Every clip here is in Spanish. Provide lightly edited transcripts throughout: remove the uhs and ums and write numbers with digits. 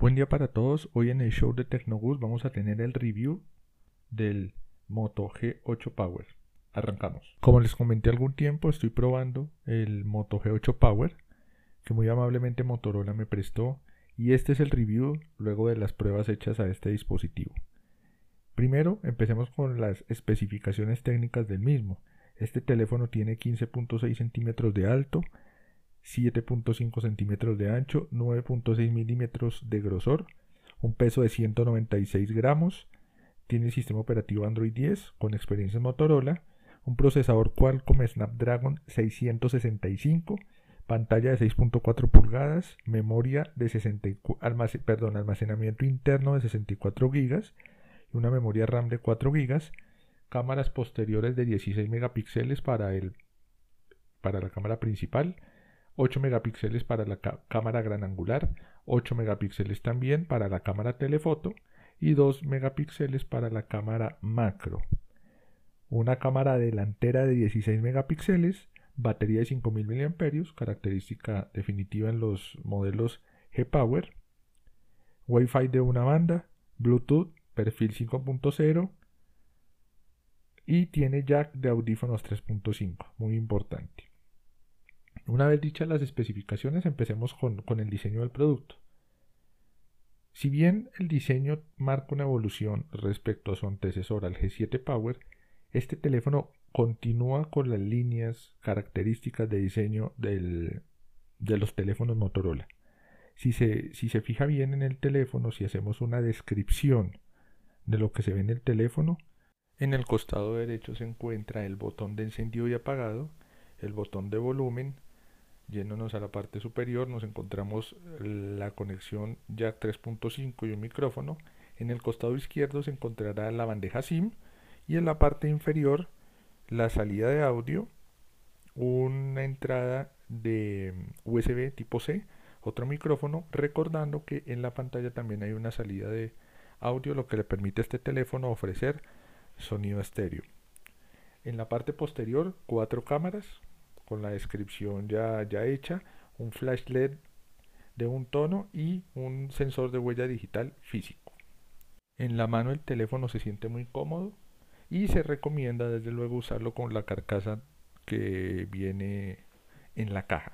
Buen día para todos. Hoy en el show de Tecnogus vamos a tener el review del Moto G8 Power. Arrancamos. Como les comenté algún tiempo, estoy probando el Moto G8 Power que muy amablemente Motorola me prestó, y este es el review luego de las pruebas hechas a este dispositivo. Primero, empecemos con las especificaciones técnicas del mismo. Este teléfono tiene 15.6 centímetros de alto, 7.5 centímetros de ancho, 9.6 milímetros de grosor, un peso de 196 gramos, tiene sistema operativo Android 10 con experiencia en Motorola, un procesador Qualcomm Snapdragon 665, pantalla de 6.4 pulgadas, memoria de almacenamiento interno de 64 GB y una memoria RAM de 4 GB, cámaras posteriores de 16 megapíxeles para la cámara principal, 8 megapíxeles para la cámara gran angular, 8 megapíxeles también para la cámara telefoto y 2 megapíxeles para la cámara macro. Una cámara delantera de 16 megapíxeles, batería de 5000 mAh, característica definitiva en los modelos G-Power, Wi-Fi de una banda, Bluetooth, perfil 5.0 y tiene jack de audífonos 3.5, muy importante. Una vez dichas las especificaciones, empecemos con el diseño del producto. Si bien el diseño marca una evolución respecto a su antecesor, al G7 Power, este teléfono continúa con las líneas características de diseño de los teléfonos Motorola. Si se fija bien en el teléfono, si hacemos una descripción de lo que se ve en el teléfono, en el costado derecho se encuentra el botón de encendido y apagado, el botón de volumen. Yéndonos a la parte superior nos encontramos la conexión jack 3.5 y un micrófono. En el costado izquierdo se encontrará la bandeja SIM y en la parte inferior la salida de audio, una entrada de USB tipo C, otro micrófono, recordando que en la pantalla también hay una salida de audio, lo que le permite a este teléfono ofrecer sonido estéreo. En la parte posterior, 4 cámaras con la descripción ya hecha, un flash LED de un tono y un sensor de huella digital físico. En la mano el teléfono se siente muy cómodo y se recomienda desde luego usarlo con la carcasa que viene en la caja.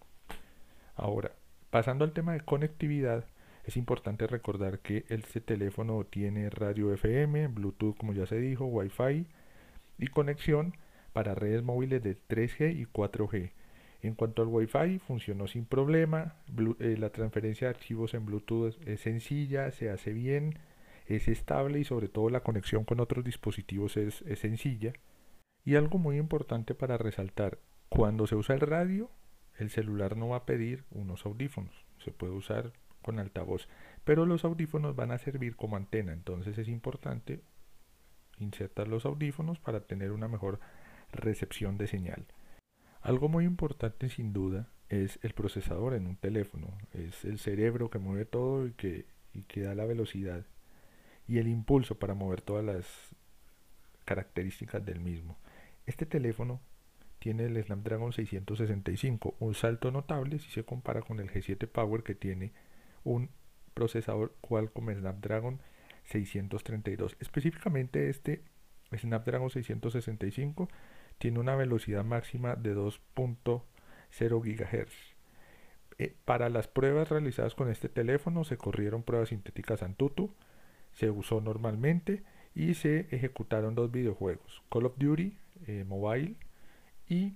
Ahora, pasando al tema de conectividad, es importante recordar que este teléfono tiene radio FM, Bluetooth como ya se dijo, Wi-Fi y conexión para redes móviles de 3G y 4G. En cuanto al Wi-Fi, funcionó sin problema, la transferencia de archivos en Bluetooth es sencilla, se hace bien, es estable y sobre todo la conexión con otros dispositivos es sencilla. Y algo muy importante para resaltar, cuando se usa el radio, el celular no va a pedir unos audífonos, se puede usar con altavoz, pero los audífonos van a servir como antena, entonces es importante insertar los audífonos para tener una mejor recepción de señal. Algo muy importante sin duda es el procesador en un teléfono, es el cerebro que mueve todo y que da la velocidad y el impulso para mover todas las características del mismo. Este teléfono tiene el Snapdragon 665, un salto notable si se compara con el G7 Power, que tiene un procesador Qualcomm Snapdragon 632. Específicamente este Snapdragon 665 tiene una velocidad máxima de 2.0 GHz. Para las pruebas realizadas con este teléfono se corrieron pruebas sintéticas Antutu, se usó normalmente y se ejecutaron 2 videojuegos, Call of Duty Mobile y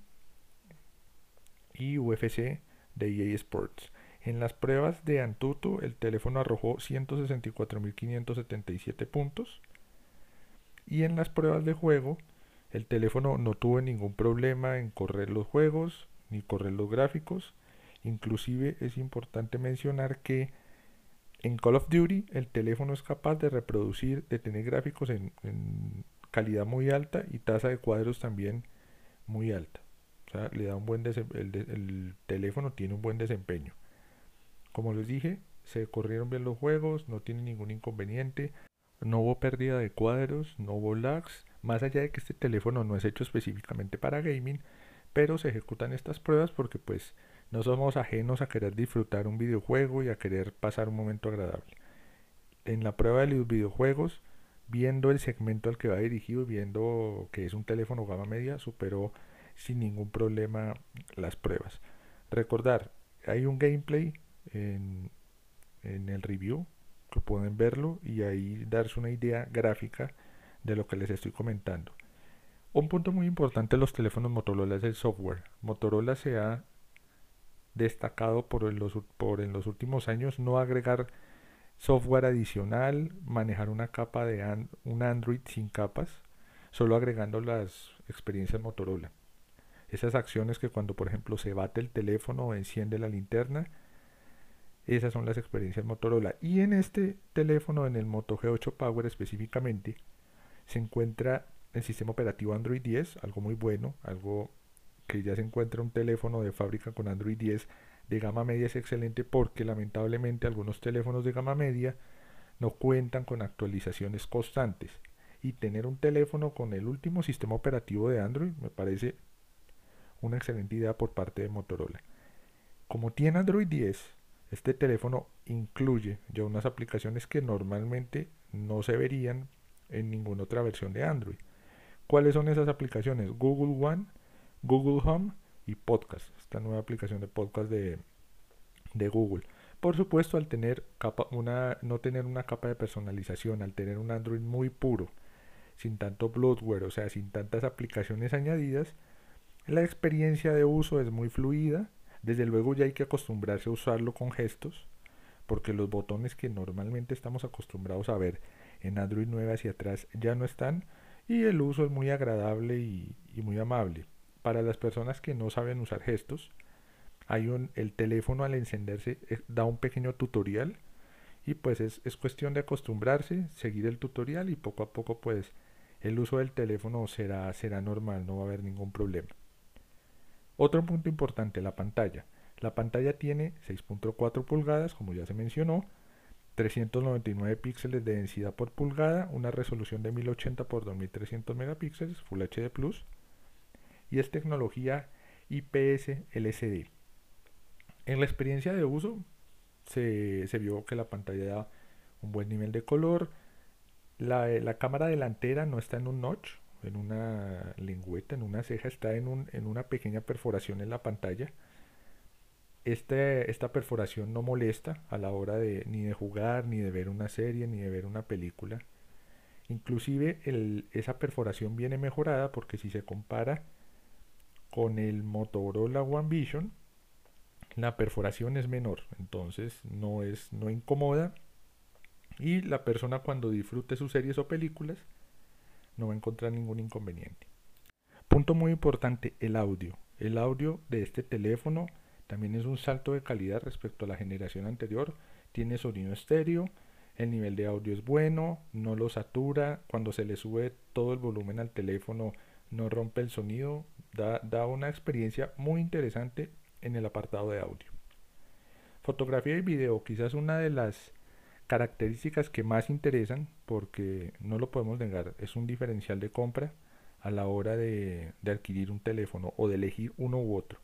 UFC de EA Sports. En las pruebas de Antutu el teléfono arrojó 164.577 puntos y en las pruebas de juego el teléfono no tuvo ningún problema en correr los juegos ni correr los gráficos. Inclusive es importante mencionar que en Call of Duty el teléfono es capaz de tener gráficos en calidad muy alta y tasa de cuadros también muy alta. O sea, le da el teléfono tiene un buen desempeño. Como les dije, se corrieron bien los juegos, no tiene ningún inconveniente, no hubo pérdida de cuadros, no hubo lags, más allá de que este teléfono no es hecho específicamente para gaming, pero se ejecutan estas pruebas porque pues No somos ajenos a querer disfrutar un videojuego y a querer pasar un momento agradable. En la prueba de los videojuegos, viendo el segmento al que va dirigido y viendo que es un teléfono gama media, superó sin ningún problema las pruebas. Recordar, hay un gameplay en, en el review que pueden verlo y ahí darse una idea gráfica de lo que les estoy comentando. Un punto muy importante de los teléfonos Motorola es el software. Motorola se ha destacado por en los últimos años no agregar software adicional, manejar una capa de un Android sin capas, solo agregando las experiencias Motorola. Esas acciones que cuando por ejemplo se bate el teléfono o enciende la linterna, esas son las experiencias Motorola. Y en este teléfono, en el Moto G8 Power específicamente, se encuentra el sistema operativo Android 10, algo muy bueno, algo que ya se encuentra un teléfono de fábrica con Android 10 de gama media es excelente porque lamentablemente algunos teléfonos de gama media no cuentan con actualizaciones constantes. Y tener un teléfono con el último sistema operativo de Android me parece una excelente idea por parte de Motorola. Como tiene Android 10, este teléfono incluye ya unas aplicaciones que normalmente no se verían en ninguna otra versión de Android. ¿Cuáles son esas aplicaciones? Google One, Google Home y Podcast, esta nueva aplicación de podcast de Google. Por supuesto, al tener no tener una capa de personalización, al tener un Android muy puro, sin tanto bloatware, o sea, sin tantas aplicaciones añadidas, la experiencia de uso es muy fluida. Desde luego ya hay que acostumbrarse a usarlo con gestos, porque los botones que normalmente estamos acostumbrados a ver en Android 9 hacia atrás ya no están y el uso es muy agradable y muy amable. Para las personas que no saben usar gestos, el teléfono al encenderse da un pequeño tutorial y pues es cuestión de acostumbrarse, seguir el tutorial y poco a poco pues el uso del teléfono será normal, no va a haber ningún problema. Otro punto importante, la pantalla. La pantalla tiene 6.4 pulgadas, como ya se mencionó, 399 píxeles de densidad por pulgada, una resolución de 1080 x 2300 megapíxeles, Full HD Plus, y es tecnología IPS LCD. En la experiencia de uso se vio que la pantalla da un buen nivel de color. La cámara delantera no está en un notch, en una lengüeta, en una ceja, está en una pequeña perforación en la pantalla. Esta perforación no molesta a la hora ni de jugar, ni de ver una serie, ni de ver una película. Inclusive esa perforación viene mejorada porque si se compara con el Motorola One Vision, la perforación es menor, entonces no incomoda y la persona cuando disfrute sus series o películas no va a encontrar ningún inconveniente. Punto muy importante, el audio. El audio de este teléfono también es un salto de calidad respecto a la generación anterior. Tiene sonido estéreo, el nivel de audio es bueno, no lo satura, cuando se le sube todo el volumen al teléfono no rompe el sonido, da una experiencia muy interesante en el apartado de audio. Fotografía y video, quizás una de las características que más interesan, porque no lo podemos negar, es un diferencial de compra a la hora de adquirir un teléfono o de elegir uno u otro.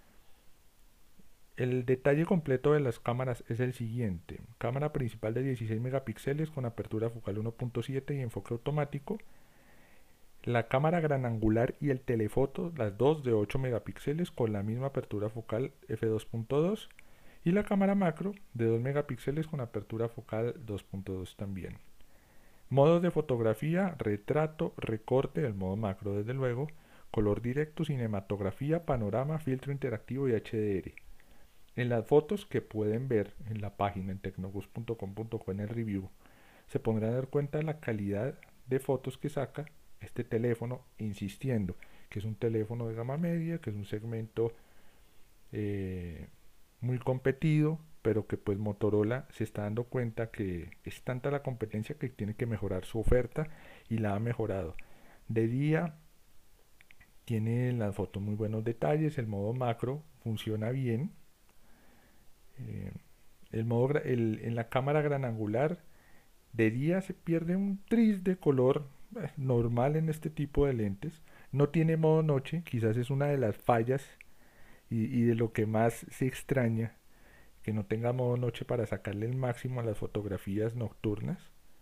El detalle completo de las cámaras es el siguiente: cámara principal de 16 megapíxeles con apertura focal 1.7 y enfoque automático. La cámara gran angular y el telefoto, las dos de 8 megapíxeles con la misma apertura focal f2.2 y la cámara macro de 2 megapíxeles con apertura focal 2.2 también. Modos de fotografía: retrato, recorte, el modo macro desde luego, color directo, cinematografía, panorama, filtro interactivo y HDR. En las fotos que pueden ver en la página en tecnogus.com.co en el review, se podrán dar cuenta de la calidad de fotos que saca este teléfono, insistiendo que es un teléfono de gama media, que es un segmento muy competido, pero que pues Motorola se está dando cuenta que es tanta la competencia que tiene que mejorar su oferta y la ha mejorado. De día tiene en las fotos muy buenos detalles, el modo macro funciona bien, en la cámara gran angular de día se pierde un tris de color normal en este tipo de lentes, no tiene modo noche, quizás es una de las fallas y de lo que más se extraña que no tenga modo noche para sacarle el máximo a las fotografías nocturnas.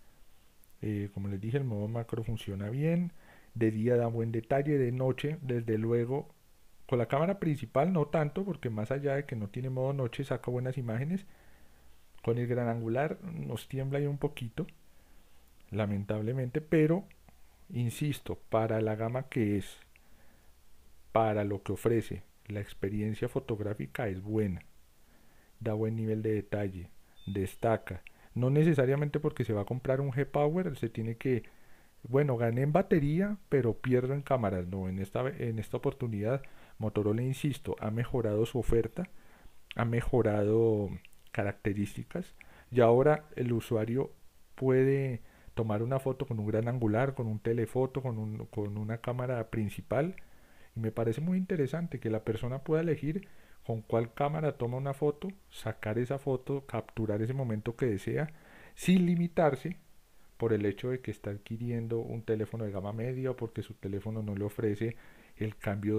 Como les dije, el modo macro funciona bien, de día da buen detalle, de noche, desde luego, con la cámara principal no tanto, porque más allá de que no tiene modo noche, saca buenas imágenes. Con el gran angular nos tiembla ahí un poquito, lamentablemente, pero insisto, para la gama que es, para lo que ofrece, la experiencia fotográfica es buena, da buen nivel de detalle, destaca. No necesariamente porque se va a comprar un G-Power, se tiene que, bueno, gané en batería, pero pierdo en cámaras. No, en esta oportunidad Motorola, insisto, ha mejorado su oferta, ha mejorado características y ahora el usuario puede tomar una foto con un gran angular, con un telefoto, con una cámara principal. Y me parece muy interesante que la persona pueda elegir con cuál cámara toma una foto, sacar esa foto, capturar ese momento que desea, sin limitarse por el hecho de que está adquiriendo un teléfono de gama media o porque su teléfono no le ofrece el cambio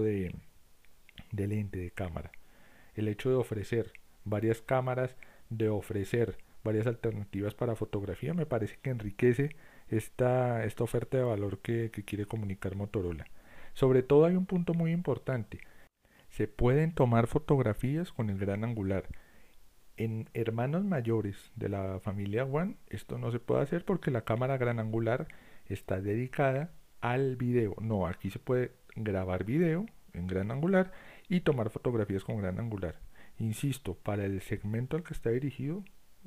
de lente de cámara. El hecho de ofrecer varias cámaras, de ofrecer varias alternativas para fotografía, me parece que enriquece esta oferta de valor que quiere comunicar Motorola. Sobre todo hay un punto muy importante. Se pueden tomar fotografías con el gran angular. En hermanos mayores de la familia One esto no se puede hacer porque la cámara gran angular está dedicada al video. No, aquí se puede grabar video en gran angular y tomar fotografías con gran angular. Insisto, para el segmento al que está dirigido,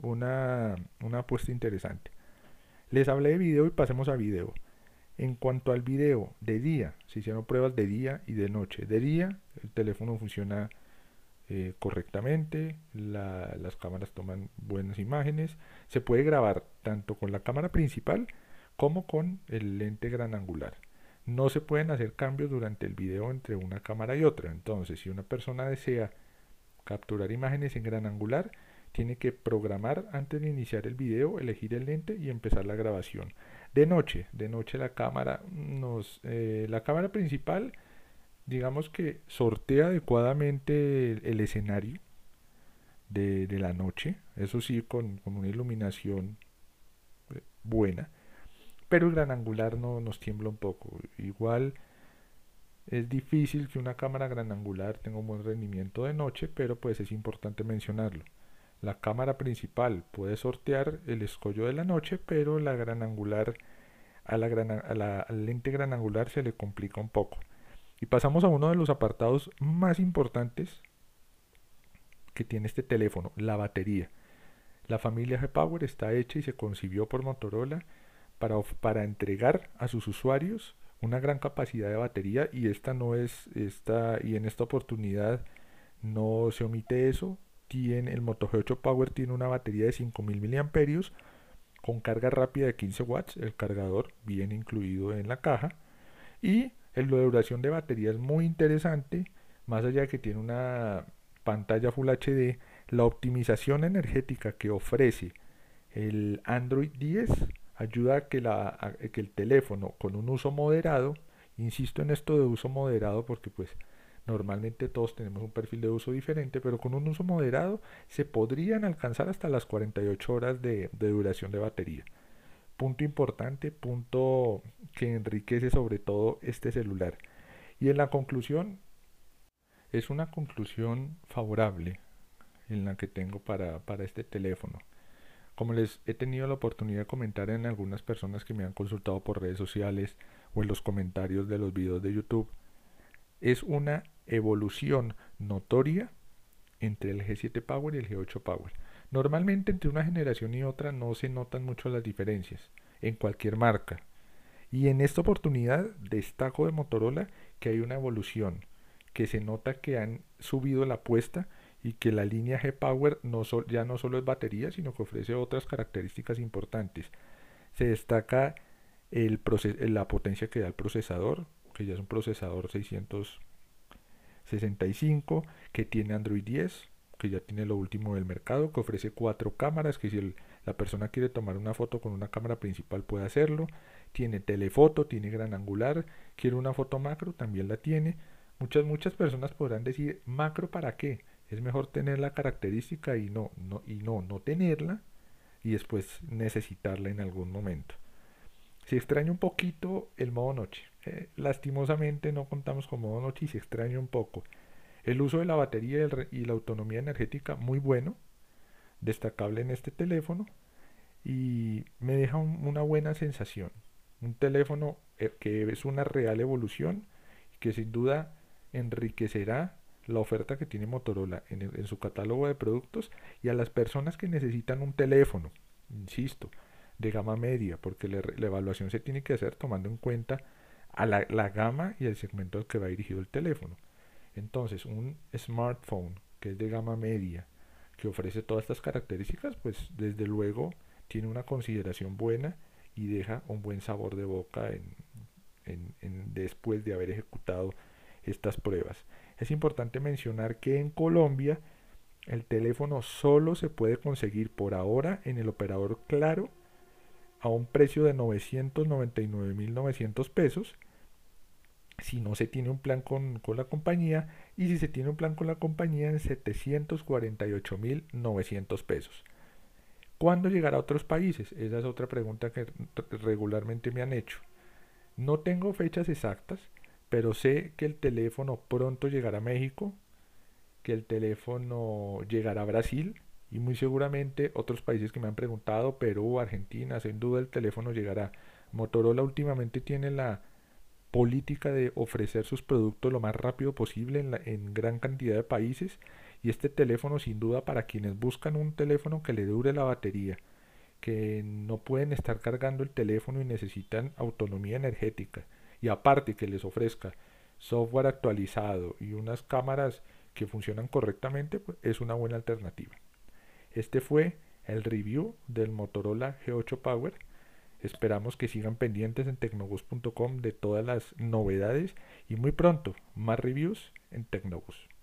una apuesta interesante. Les hablé de video y pasemos a video. En cuanto al video de día, se hicieron pruebas de día y de noche. De día el teléfono funciona correctamente, las cámaras toman buenas imágenes, se puede grabar tanto con la cámara principal como con el lente gran angular. No se pueden hacer cambios durante el video entre una cámara y otra. Entonces, si una persona desea capturar imágenes en gran angular, tiene que programar antes de iniciar el video, elegir el lente y empezar la grabación. De noche la cámara principal, digamos que sortea adecuadamente el escenario de la noche, eso sí, con una iluminación buena, pero el gran angular no nos tiembla un poco. Igual es difícil que una cámara gran angular tenga un buen rendimiento de noche, pero pues es importante mencionarlo. La cámara principal puede sortear el escollo de la noche, pero la gran angular al lente gran angular se le complica un poco. Y pasamos a uno de los apartados más importantes que tiene este teléfono, la batería. La familia G-Power está hecha y se concibió por Motorola para entregar a sus usuarios una gran capacidad de batería y y en esta oportunidad no se omite eso. El Moto G8 Power tiene una batería de 5000 mAh con carga rápida de 15 watts, el cargador viene incluido en la caja y la duración de batería es muy interesante, más allá de que tiene una pantalla Full HD, la optimización energética que ofrece el Android 10 ayuda a que el teléfono con un uso moderado, insisto en esto de uso moderado porque pues normalmente todos tenemos un perfil de uso diferente, pero con un uso moderado se podrían alcanzar hasta las 48 horas de duración de batería. Punto importante, punto que enriquece sobre todo este celular. Y en la conclusión, es una conclusión favorable en la que tengo para este teléfono. Como les he tenido la oportunidad de comentar en algunas personas que me han consultado por redes sociales o en los comentarios de los videos de YouTube, es una evolución notoria entre el G7 Power y el G8 Power. Normalmente entre una generación y otra no se notan mucho las diferencias en cualquier marca. Y en esta oportunidad destaco de Motorola que hay una evolución, que se nota que han subido la apuesta y que la línea G-Power ya no solo es batería, sino que ofrece otras características importantes. Se destaca la potencia que da el procesador, que ya es un procesador 665, que tiene Android 10, que ya tiene lo último del mercado, que ofrece 4 cámaras, que si la persona quiere tomar una foto con una cámara principal puede hacerlo, tiene telefoto, tiene gran angular, quiere una foto macro, también la tiene, Muchas personas podrán decir, macro para qué, es mejor tener la característica y no tenerla y después necesitarla en algún momento. Se extraña un poquito el modo noche. Lastimosamente no contamos con modo noche y se extraña un poco. El uso de la batería y la autonomía energética muy bueno, destacable en este teléfono y me deja una buena sensación. Un teléfono que es una real evolución y que sin duda enriquecerá la oferta que tiene Motorola en su catálogo de productos y a las personas que necesitan un teléfono, insisto, de gama media, porque la evaluación se tiene que hacer tomando en cuenta a la gama y el segmento al que va dirigido el teléfono. Entonces, un smartphone que es de gama media, que ofrece todas estas características, pues desde luego tiene una consideración buena y deja un buen sabor de boca después de haber ejecutado estas pruebas. Es importante mencionar que en Colombia el teléfono solo se puede conseguir por ahora en el operador Claro a un precio de 999.900 pesos si no se tiene un plan con la compañía y si se tiene un plan con la compañía en 748.900 pesos. ¿Cuándo llegará a otros países? Esa es otra pregunta que regularmente me han hecho. No tengo fechas exactas, pero sé que el teléfono pronto llegará a México, que el teléfono llegará a Brasil y muy seguramente otros países que me han preguntado, Perú, Argentina, sin duda el teléfono llegará. Motorola últimamente tiene la política de ofrecer sus productos lo más rápido posible en gran cantidad de países y este teléfono sin duda para quienes buscan un teléfono que le dure la batería, que no pueden estar cargando el teléfono y necesitan autonomía energética y aparte que les ofrezca software actualizado y unas cámaras que funcionan correctamente, pues es una buena alternativa. Este fue el review del Motorola G8 Power. Esperamos que sigan pendientes en tecnobus.com de todas las novedades y muy pronto más reviews en Tecnobus.